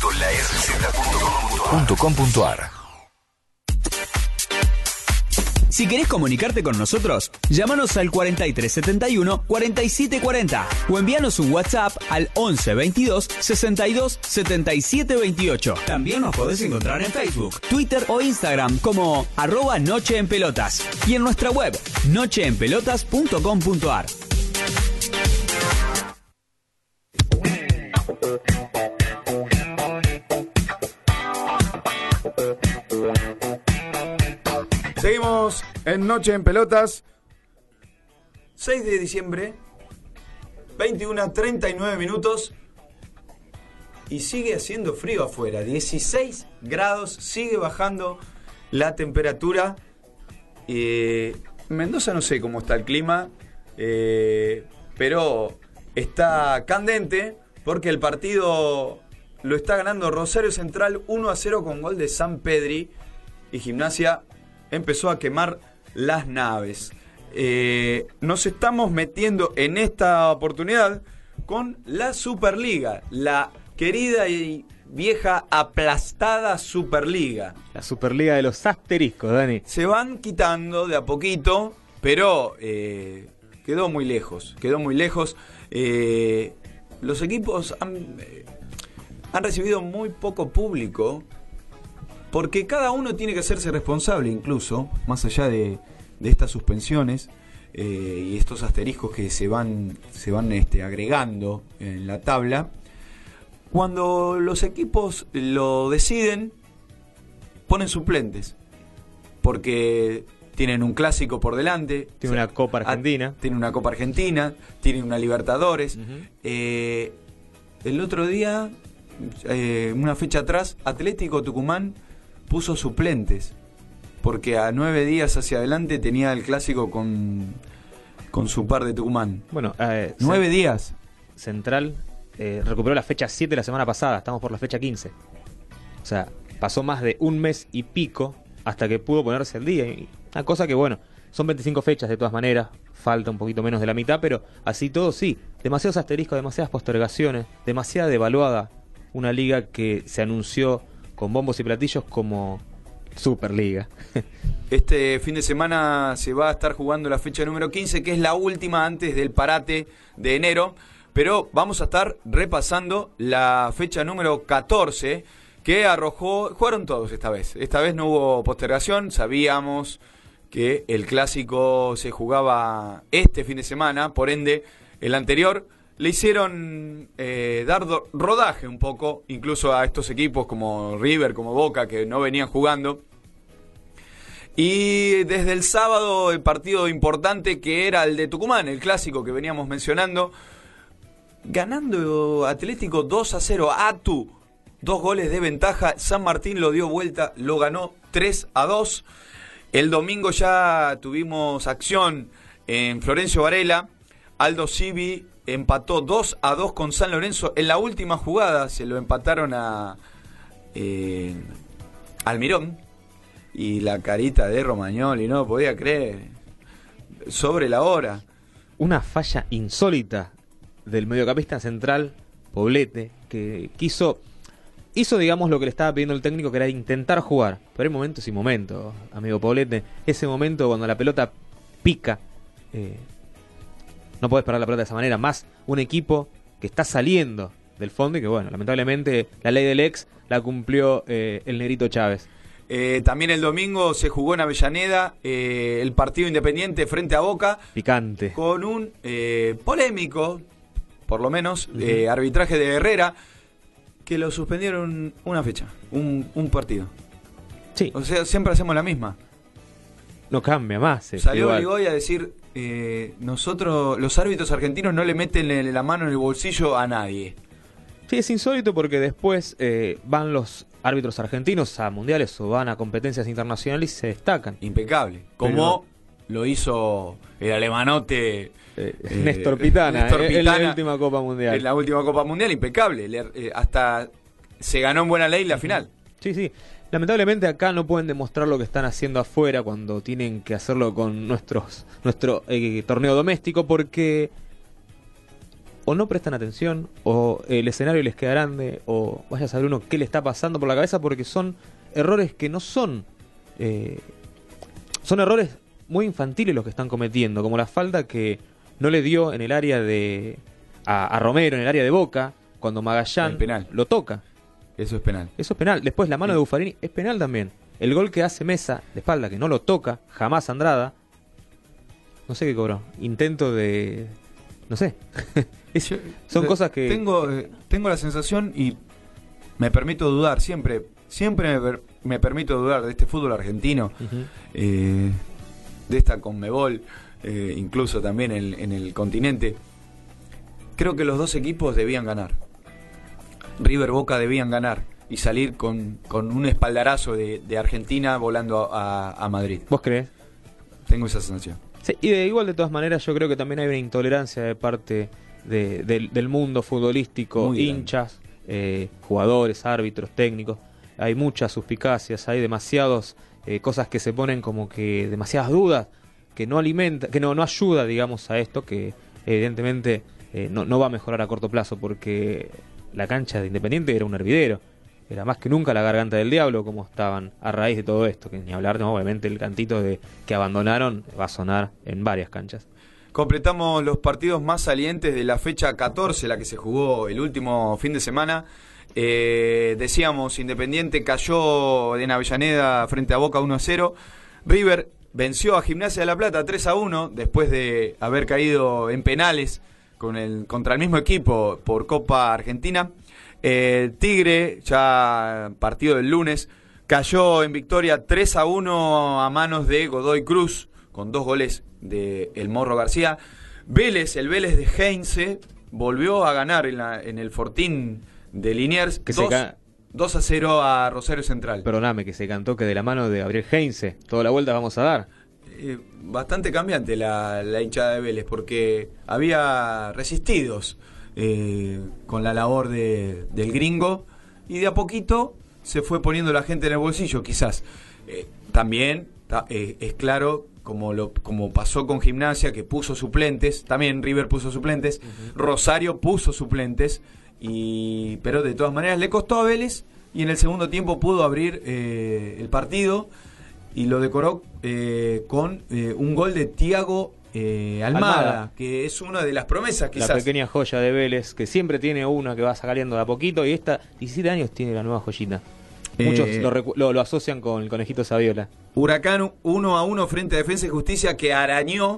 www.larz.com.ar Si querés comunicarte con nosotros, llámanos al 4371 4740 o envíanos un WhatsApp al 11 22 62 77 28. También nos podés encontrar en Facebook, Twitter o Instagram como @nocheenpelotas y en nuestra web nocheenpelotas.com.ar. Seguimos en Noche en Pelotas. 6 de diciembre, 21:39 minutos. Y sigue haciendo frío afuera. 16 grados, sigue bajando la temperatura. Mendoza no sé cómo está el clima, pero está candente porque el partido lo está ganando Rosario Central 1-0 con gol de San Pedri. Y Gimnasia empezó a quemar las naves. Nos estamos metiendo en esta oportunidad con la Superliga, la querida y vieja aplastada Superliga. La Superliga de los asteriscos, Dani. Se van quitando de a poquito, pero quedó muy lejos. Los equipos han recibido muy poco público, porque cada uno tiene que hacerse responsable, incluso, más allá de estas suspensiones y estos asteriscos que se van agregando en la tabla. Cuando los equipos lo deciden, ponen suplentes, porque tienen un clásico por delante. Tiene una Copa Argentina. Tiene una Copa Argentina, tienen una Libertadores. El otro día, una fecha atrás, Atlético Tucumán puso suplentes, porque a 9 días hacia adelante tenía el clásico con su par de Tucumán. Bueno, 9 días. Central recuperó la fecha 7 la semana pasada, estamos por la fecha 15. O sea, pasó más de un mes y pico hasta que pudo ponerse al día. Y una cosa que, bueno, son 25 fechas de todas maneras, falta un poquito menos de la mitad, pero así todo sí, demasiados asteriscos, demasiadas postergaciones, demasiada devaluada. Una liga que se anunció con bombos y platillos como Superliga. Este fin de semana se va a estar jugando la fecha número 15, que es la última antes del parate de enero, pero vamos a estar repasando la fecha número 14, que jugaron todos esta vez no hubo postergación. Sabíamos que el clásico se jugaba este fin de semana, por ende el anterior le hicieron dar rodaje un poco, incluso a estos equipos como River, como Boca, que no venían jugando. Y desde el sábado, el partido importante que era el de Tucumán, el clásico que veníamos mencionando, ganando Atlético 2-0 a Tu, 2 goles de ventaja. San Martín lo dio vuelta, lo ganó 3-2. El domingo ya tuvimos acción en Florencio Varela. Aldo Civi empató 2-2 con San Lorenzo. En la última jugada se lo empataron a Almirón. Y la carita de Romagnoli, no podía creer. Sobre la hora. Una falla insólita del mediocampista central, Poblete, que hizo, digamos, lo que le estaba pidiendo el técnico, que era intentar jugar. Pero hay momentos y momentos, amigo Poblete. Ese momento cuando la pelota pica, no podés parar la pelota de esa manera. Más un equipo que está saliendo del fondo y que, bueno, lamentablemente la ley del ex la cumplió el Negrito Chávez. También el domingo se jugó en Avellaneda el partido Independiente frente a Boca. Picante. Con un polémico, por lo menos, arbitraje de Herrera, que lo suspendieron una fecha, un partido. Sí. O sea, siempre hacemos la misma. No cambia más. Salió Oligoy a decir, nosotros, los árbitros argentinos, no le meten la mano en el bolsillo a nadie. Sí, es insólito porque después van los árbitros argentinos a mundiales o van a competencias internacionales y se destacan. Impecable. Como lo hizo el alemanote Néstor Pitana, en la última Copa Mundial. En la última Copa Mundial, impecable. Hasta se ganó en buena ley la final. Sí, sí. Lamentablemente acá no pueden demostrar lo que están haciendo afuera cuando tienen que hacerlo con nuestro torneo doméstico, porque o no prestan atención, o el escenario les queda grande, o vaya a saber uno qué le está pasando por la cabeza, porque son errores que no son... son errores muy infantiles los que están cometiendo, como la falta que no le dio en el área a Romero, en el área de Boca, cuando Magallán lo toca. Eso es penal. Eso es penal. Después la mano de Buffarini es penal también. El gol que hace Mesa de espalda, que no lo toca jamás Andrada, no sé qué cobró. Intento de... no sé. Son cosas que... Tengo la sensación, y me permito dudar, siempre me permito dudar de este fútbol argentino, de esta Conmebol, incluso también en el continente. Creo que los dos equipos debían ganar. River Boca debían ganar y salir con un espaldarazo de Argentina volando a Madrid. ¿Vos crees? Tengo esa sensación. Sí, y igual de todas maneras yo creo que también hay una intolerancia de parte del mundo futbolístico, muy hinchas, jugadores, árbitros, técnicos. Hay muchas suspicacias, hay demasiados cosas que se ponen como que demasiadas dudas, que no alimenta, que no ayuda, digamos, a esto, que evidentemente no va a mejorar a corto plazo, porque la cancha de Independiente era un hervidero, era más que nunca la garganta del diablo, como estaban a raíz de todo esto, que ni hablar, no, obviamente el cantito de que abandonaron va a sonar en varias canchas. Completamos los partidos más salientes de la fecha 14, la que se jugó el último fin de semana. Decíamos, Independiente cayó en Avellaneda frente a Boca 1-0. River venció a Gimnasia de la Plata 3-1 después de haber caído en penales contra el mismo equipo por Copa Argentina. Tigre, ya partido del lunes, cayó en victoria 3-1 a manos de Godoy Cruz, con 2 goles de El Morro García. Vélez, el Vélez de Heinze, volvió a ganar en el Fortín de Liniers, 2-0 a Rosario Central. Perdóname, que se cantó que de la mano de Gabriel Heinze, toda la vuelta vamos a dar. Bastante cambiante la hinchada de Vélez, porque había resistidos con la labor del gringo, y de a poquito se fue poniendo la gente en el bolsillo, quizás. También es claro, como pasó con Gimnasia, que puso suplentes, también River puso suplentes, Rosario puso suplentes, pero de todas maneras le costó a Vélez, y en el segundo tiempo pudo abrir el partido, y lo decoró con un gol de Thiago Almada, que es una de las promesas, quizás. La pequeña joya de Vélez, que siempre tiene una que va saliendo de a poquito, y esta 17 años tiene la nueva joyita. Muchos lo asocian con el conejito Saviola. Huracán 1-1 frente a Defensa y Justicia, que arañó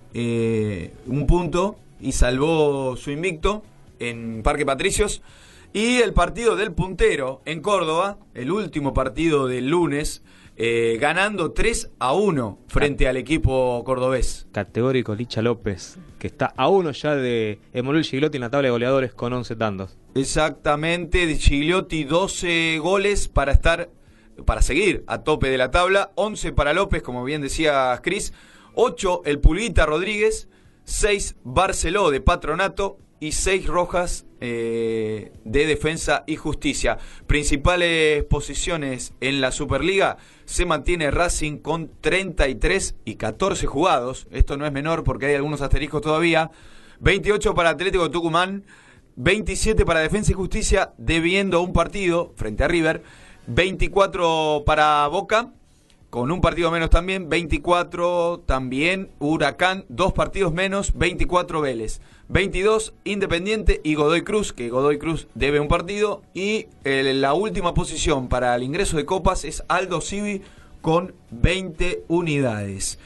un punto y salvó su invicto en Parque Patricios. Y el partido del puntero en Córdoba, el último partido del lunes, ganando 3-1 frente al equipo cordobés. Categórico Licha López, que está a 1 ya de Emanuel Gigliotti en la tabla de goleadores con 11 tantos. Exactamente, de Gigliotti 12 goles para seguir a tope de la tabla, 11 para López, como bien decía Cris, 8 el Pulguita Rodríguez, 6 Barceló de Patronato y 6 Rojas de Defensa y Justicia. Principales posiciones en la Superliga: se mantiene Racing con 33 y 14 jugados. Esto no es menor porque hay algunos asteriscos todavía. 28 para Atlético Tucumán, 27 para Defensa y Justicia, debiendo un partido frente a River. 24 para Boca, con un partido menos también. 24 también Huracán, 2 partidos menos. 24 Vélez, 22 Independiente y Godoy Cruz, que Godoy Cruz debe un partido. Y la última posición para el ingreso de copas es Aldo Civi con 20 unidades.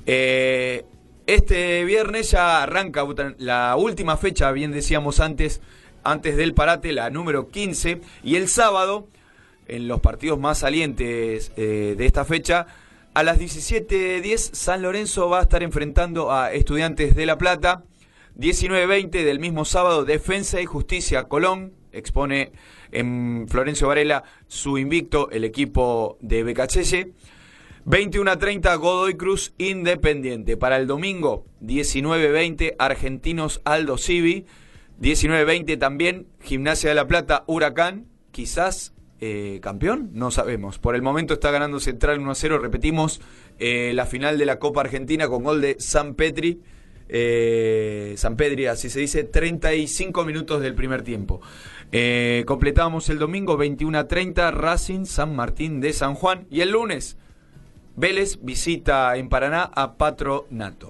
Este viernes ya arranca la última fecha, bien decíamos antes del parate, la número 15. Y el sábado, en los partidos más salientes de esta fecha, a las 17:10 San Lorenzo va a estar enfrentando a Estudiantes de La Plata. 19:20 del mismo sábado, Defensa y Justicia Colón expone en Florencio Varela su invicto, el equipo de Becachese. 21:30 Godoy Cruz Independiente. Para el domingo, 19:20 Argentinos Aldo Civi. 19:20 también Gimnasia de La Plata Huracán. Quizás campeón, no sabemos. Por el momento está ganando Central 1-0. Repetimos, la final de la Copa Argentina con gol de Sampedri, así se dice, 35 minutos del primer tiempo. Completamos el domingo 21:30 Racing San Martín de San Juan. Y el lunes Vélez visita en Paraná a Patronato.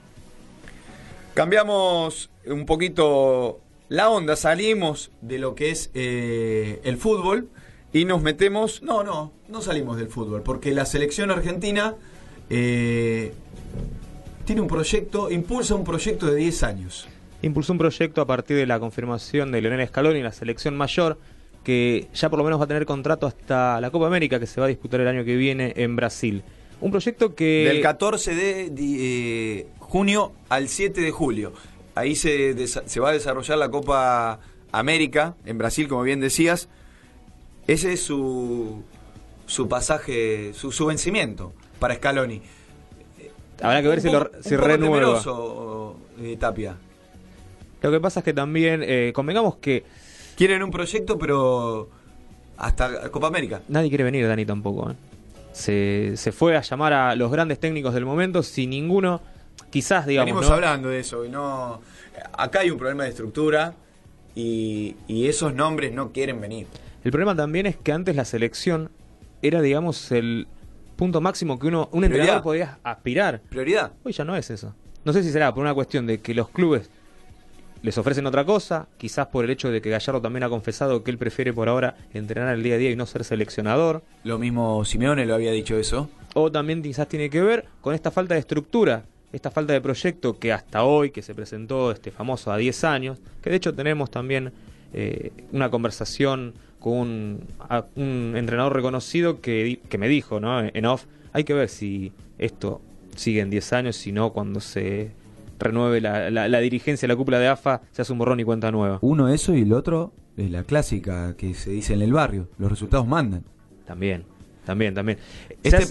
Cambiamos un poquito la onda, salimos de lo que es el fútbol y nos metemos... No salimos del fútbol, porque la selección argentina tiene un proyecto, impulsa un proyecto de 10 años. Impulsó un proyecto a partir de la confirmación de Lionel Scaloni en la selección mayor, que ya por lo menos va a tener contrato hasta la Copa América, que se va a disputar el año que viene en Brasil. Un proyecto que... Del 14 de junio al 7 de julio. Ahí se va a desarrollar la Copa América en Brasil, como bien decías. Ese es su pasaje, su vencimiento para Scaloni. Habrá que ver si renueva. Temeroso, Tapia. Lo que pasa es que también, convengamos que... Quieren un proyecto, pero hasta Copa América. Nadie quiere venir, Dani, tampoco. Se fue a llamar a los grandes técnicos del momento, sin ninguno, quizás, digamos... Venimos hablando de eso. Acá hay un problema de estructura y esos nombres no quieren venir. El problema también es que antes la selección era, digamos, el punto máximo que un entrenador podía aspirar. Prioridad. Hoy ya no es eso. No sé si será por una cuestión de que los clubes les ofrecen otra cosa, quizás por el hecho de que Gallardo también ha confesado que él prefiere por ahora entrenar el día a día y no ser seleccionador. Lo mismo Simeone lo había dicho eso. O también quizás tiene que ver con esta falta de estructura, esta falta de proyecto que hasta hoy, que se presentó este famoso a 10 años, que de hecho tenemos también una conversación con un entrenador reconocido que me dijo, ¿no?, en off, hay que ver si esto sigue en 10 años, si no cuando se renueve la dirigencia, la cúpula de AFA, se hace un borrón y cuenta nueva. Uno eso y el otro es la clásica que se dice en el barrio, los resultados mandan. También. Este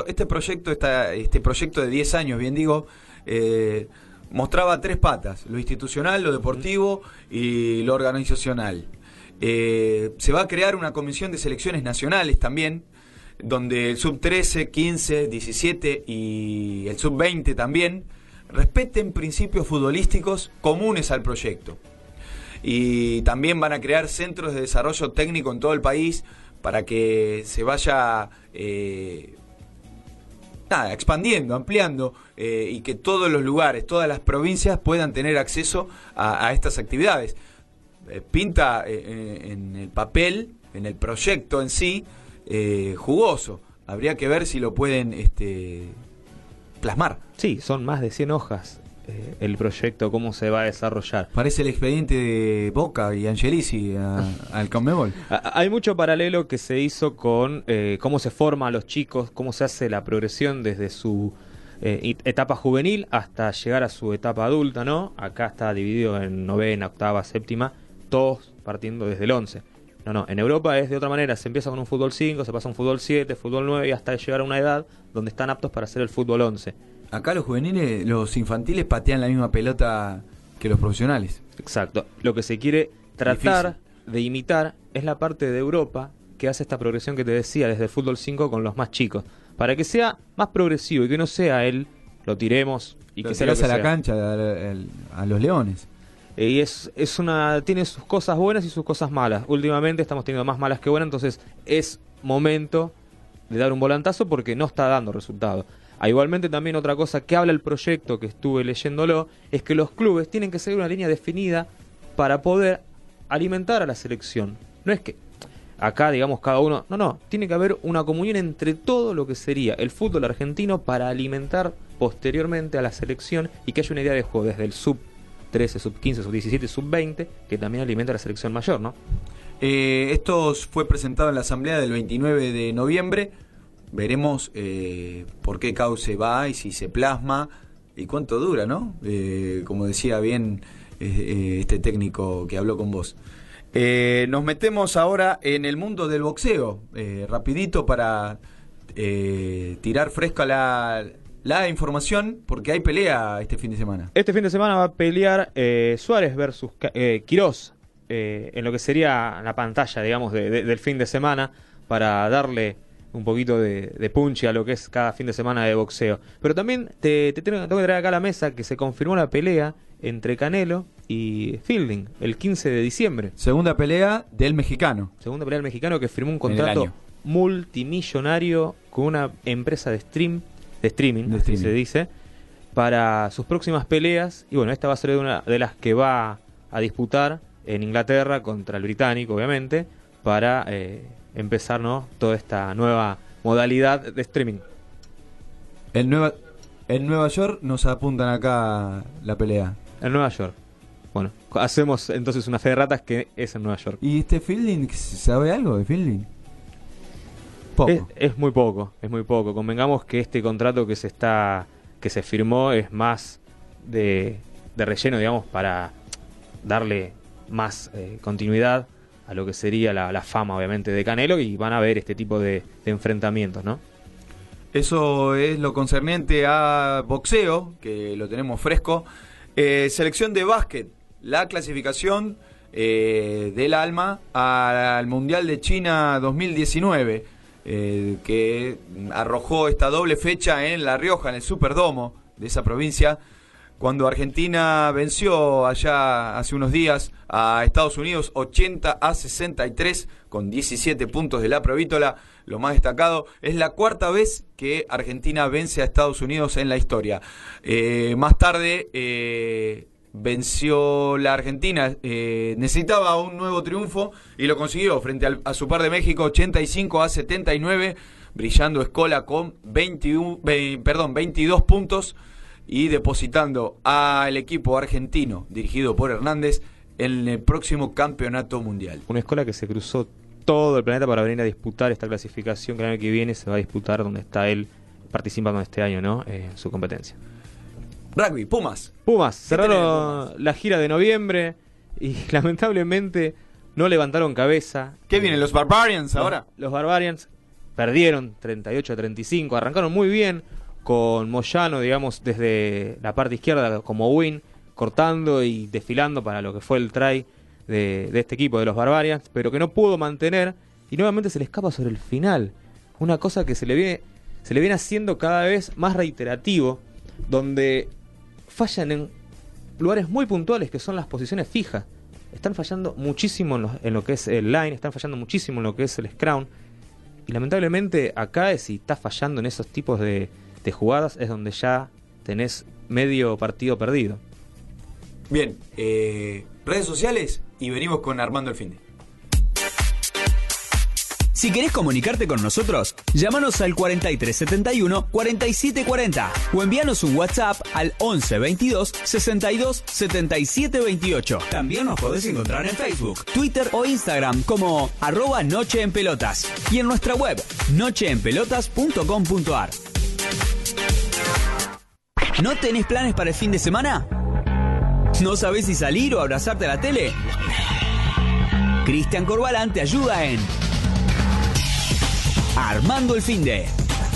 proyecto de 10 años, bien digo, mostraba 3 patas: lo institucional, lo deportivo y lo organizacional. Se va a crear una comisión de selecciones nacionales también, donde el sub-13, 15, 17 y el sub-20 también respeten principios futbolísticos comunes al proyecto. Y también van a crear centros de desarrollo técnico en todo el país para que se vaya expandiendo, ampliando, y que todos los lugares, todas las provincias puedan tener acceso a estas actividades. Pinta en el papel, en el proyecto en sí, jugoso. Habría que ver si lo pueden plasmar. Sí, son más de 100 hojas el proyecto, cómo se va a desarrollar. Parece el expediente de Boca y Angelici al Conmebol. Hay mucho paralelo que se hizo con cómo se forma a los chicos, cómo se hace la progresión desde su etapa juvenil hasta llegar a su etapa adulta, ¿no? Acá está dividido en novena, octava, séptima, todos partiendo desde el 11. No, en Europa es de otra manera, se empieza con un fútbol 5, se pasa a un fútbol 7, fútbol 9 y hasta llegar a una edad donde están aptos para hacer el fútbol 11. Acá los juveniles, los infantiles patean la misma pelota que los profesionales. Exacto. Lo que se quiere tratar de imitar es la parte de Europa que hace esta progresión que te decía desde el fútbol 5 con los más chicos, para que sea más progresivo y que no sea lo tiremos y que sea lo que a la sea. cancha a los leones. Y tiene sus cosas buenas y sus cosas malas. Últimamente estamos teniendo más malas que buenas, entonces es momento de dar un volantazo porque no está dando resultados. Igualmente también otra cosa que habla el proyecto, que estuve leyéndolo, es que los clubes tienen que seguir una línea definida para poder alimentar a la selección. No es que acá, digamos, cada uno... No, tiene que haber una comunión entre todo lo que sería el fútbol argentino para alimentar posteriormente a la selección y que haya una idea de juego desde el sub-13, sub-15, sub-17, sub-20, que también alimenta a la selección mayor, ¿no? Esto fue presentado en la asamblea del 29 de noviembre. Veremos por qué cauce va y si se plasma y cuánto dura, ¿no? Como decía bien este técnico que habló con vos. Nos metemos ahora en el mundo del boxeo, rapidito para tirar fresca la información, porque hay pelea este fin de semana. Este fin de semana va a pelear Suárez versus Quirós, en lo que sería la pantalla, digamos, del fin de semana, para darle un poquito de punch a lo que es cada fin de semana de boxeo. Pero también te tengo que traer acá a la mesa que se confirmó la pelea entre Canelo y Fielding el 15 de diciembre. Segunda pelea del mexicano. Segunda pelea del mexicano que firmó un contrato multimillonario con una empresa de streaming, así se dice, para sus próximas peleas. Y bueno, esta va a ser una de las que va a disputar en Inglaterra contra el británico, obviamente, para empezar, ¿no?, toda esta nueva modalidad de streaming. En Nueva York nos apuntan acá la pelea. En Nueva York. Bueno, hacemos entonces una fe de ratas que es en Nueva York. ¿Y este Fielding, sabe algo de Fielding? Poco. Es muy poco. Convengamos que este contrato que se firmó es más de relleno, digamos, para darle más continuidad a lo que sería la fama, obviamente, de Canelo, y van a ver este tipo de enfrentamientos, ¿no? Eso es lo concerniente a boxeo, que lo tenemos fresco. Selección de básquet, la clasificación del ALMA al Mundial de China 2019, que arrojó esta doble fecha en La Rioja, en el Superdomo de esa provincia, cuando Argentina venció allá hace unos días a Estados Unidos 80-63 con 17 puntos de la Provítola. Lo más destacado, es la cuarta vez que Argentina vence a Estados Unidos en la historia. Más tarde venció la Argentina, necesitaba un nuevo triunfo y lo consiguió frente a su par de México 85-79, brillando Scola con 22 puntos y depositando al equipo argentino dirigido por Hernández en el próximo campeonato mundial. Una escuela que se cruzó todo el planeta para venir a disputar esta clasificación que el año que viene se va a disputar donde está él participando este año, ¿no? En su competencia. Rugby, Pumas cerraron la gira de noviembre y lamentablemente no levantaron cabeza. ¿Qué vienen los Barbarians ahora? Los Barbarians perdieron 38-35, arrancaron muy bien con Moyano, digamos, desde la parte izquierda como win, cortando y desfilando para lo que fue el try de este equipo de los Barbarians, pero que no pudo mantener y nuevamente se le escapa sobre el final. Una cosa que se le viene haciendo cada vez más reiterativo, donde fallan en lugares muy puntuales que son las posiciones fijas. Están fallando muchísimo en lo que es el line, están fallando muchísimo en lo que es el scrum, y lamentablemente acá, si estás fallando en esos tipos de jugadas, es donde ya tenés medio partido perdido. Bien, redes sociales y venimos con Armando el Finde. Si querés comunicarte con nosotros, llámanos al 4371 4740 o envíanos un WhatsApp al 11 22 62 77 28. También nos podés encontrar en Facebook, Twitter o Instagram como @nocheenpelotas y en nuestra web nocheenpelotas.com.ar. ¿No tenés planes para el fin de semana? ¿No sabés si salir o abrazarte a la tele? Cristian Corbalán te ayuda en Armando el Finde.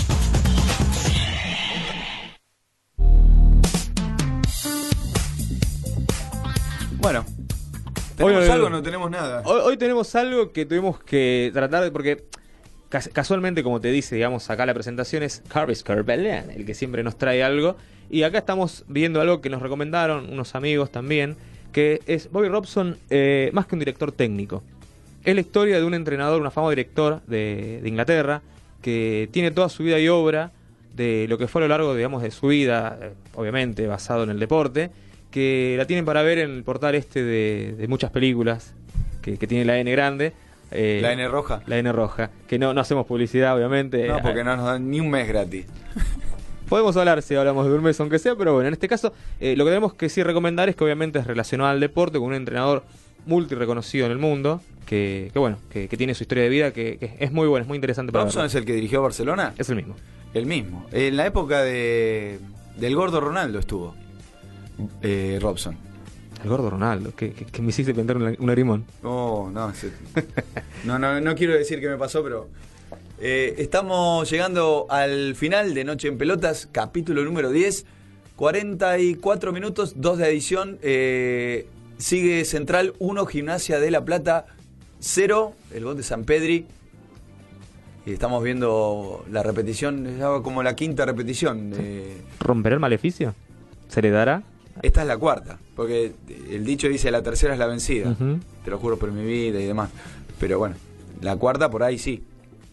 Bueno, ¿tenemos algo o no tenemos nada? Hoy tenemos algo que tuvimos que tratar de, porque casualmente, como te dice, digamos, acá la presentación es Carvis Corbalán, el que siempre nos trae algo. Y acá estamos viendo algo que nos recomendaron unos amigos también, que es Bobby Robson, más que un director técnico. Es la historia de un entrenador, un afamado director de Inglaterra, que tiene toda su vida y obra de lo que fue a lo largo, digamos, de su vida, obviamente basado en el deporte, que la tienen para ver en el portal de muchas películas que tiene la N grande. La N roja. La N roja, que no hacemos publicidad, obviamente. No, porque no nos dan ni un mes gratis. Podemos hablar si hablamos de un mes, aunque sea, pero bueno, en este caso lo que tenemos que sí recomendar es que obviamente es relacionado al deporte, con un entrenador multireconocido en el mundo, que tiene su historia de vida, que es muy buena, es muy interesante para ¿Robson es el que dirigió Barcelona? Es el mismo. El mismo. En la época del gordo Ronaldo estuvo Robson. El gordo Ronaldo, que me hiciste pintar un lagrimón. Oh, no, no quiero decir qué me pasó, pero estamos llegando al final de Noche en Pelotas, capítulo número 10, 44 minutos, 2 de adición. Sigue Central 1, Gimnasia de La Plata 0, el gol de San Pedri. Estamos viendo la repetición, es como la quinta repetición. ¿Romperá el maleficio? ¿Se le dará? Esta es la cuarta, porque el dicho dice la tercera es la vencida. Uh-huh. Te lo juro por mi vida y demás. Pero bueno, la cuarta por ahí sí.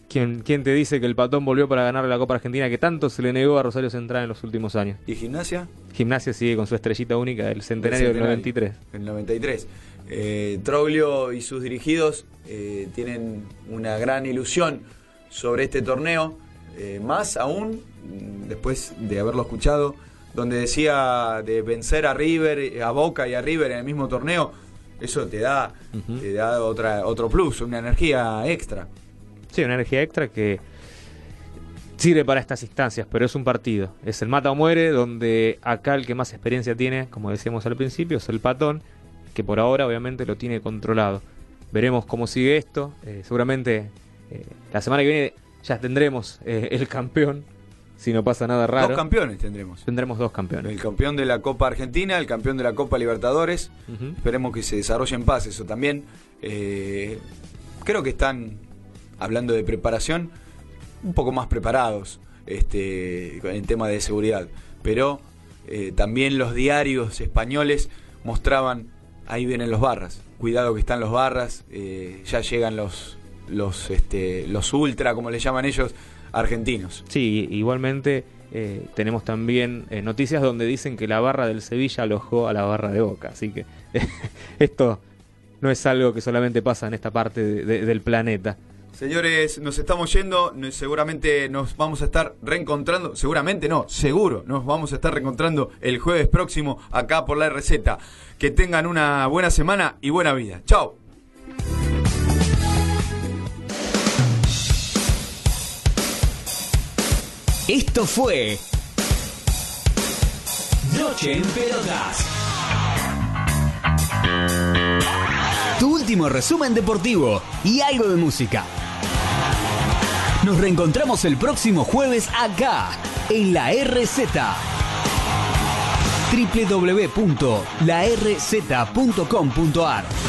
¿Quién te dice que el Patón volvió para ganar la Copa Argentina que tanto se le negó a Rosario Central en los últimos años? ¿Y Gimnasia? Gimnasia sigue con su estrellita única del centenario del 93. El 93. Troglio y sus dirigidos tienen una gran ilusión sobre este torneo, más aún después de haberlo escuchado, donde decía de vencer a River, a Boca y a River en el mismo torneo. Eso te da otro plus, una energía extra. Sí, una energía extra que sirve para estas instancias, pero es un partido. Es el mata o muere, donde acá el que más experiencia tiene, como decíamos al principio, es el Patón, que por ahora obviamente lo tiene controlado. Veremos cómo sigue esto. Seguramente la semana que viene ya tendremos el campeón, si no pasa nada raro. 2 campeones tendremos. Tendremos 2 campeones. El campeón de la Copa Argentina, el campeón de la Copa Libertadores. Esperemos que se desarrolle en paz eso también. Creo que están, hablando de preparación, un poco más preparados en tema de seguridad. Pero también los diarios españoles mostraban, ahí vienen los barras. Cuidado que están los barras, ya llegan los ultra, como le llaman ellos, argentinos. Sí, igualmente tenemos también noticias donde dicen que la barra del Sevilla alojó a la barra de Boca, así que esto no es algo que solamente pasa en esta parte del planeta. Señores, nos estamos yendo, seguramente nos vamos a estar reencontrando, seguramente no, seguro nos vamos a estar reencontrando el jueves próximo acá por la RZ. Que tengan una buena semana y buena vida. ¡Chao! Esto fue Noche en Pelotas. Tu último resumen deportivo y algo de música. Nos reencontramos el próximo jueves acá, en la RZ. www.larz.com.ar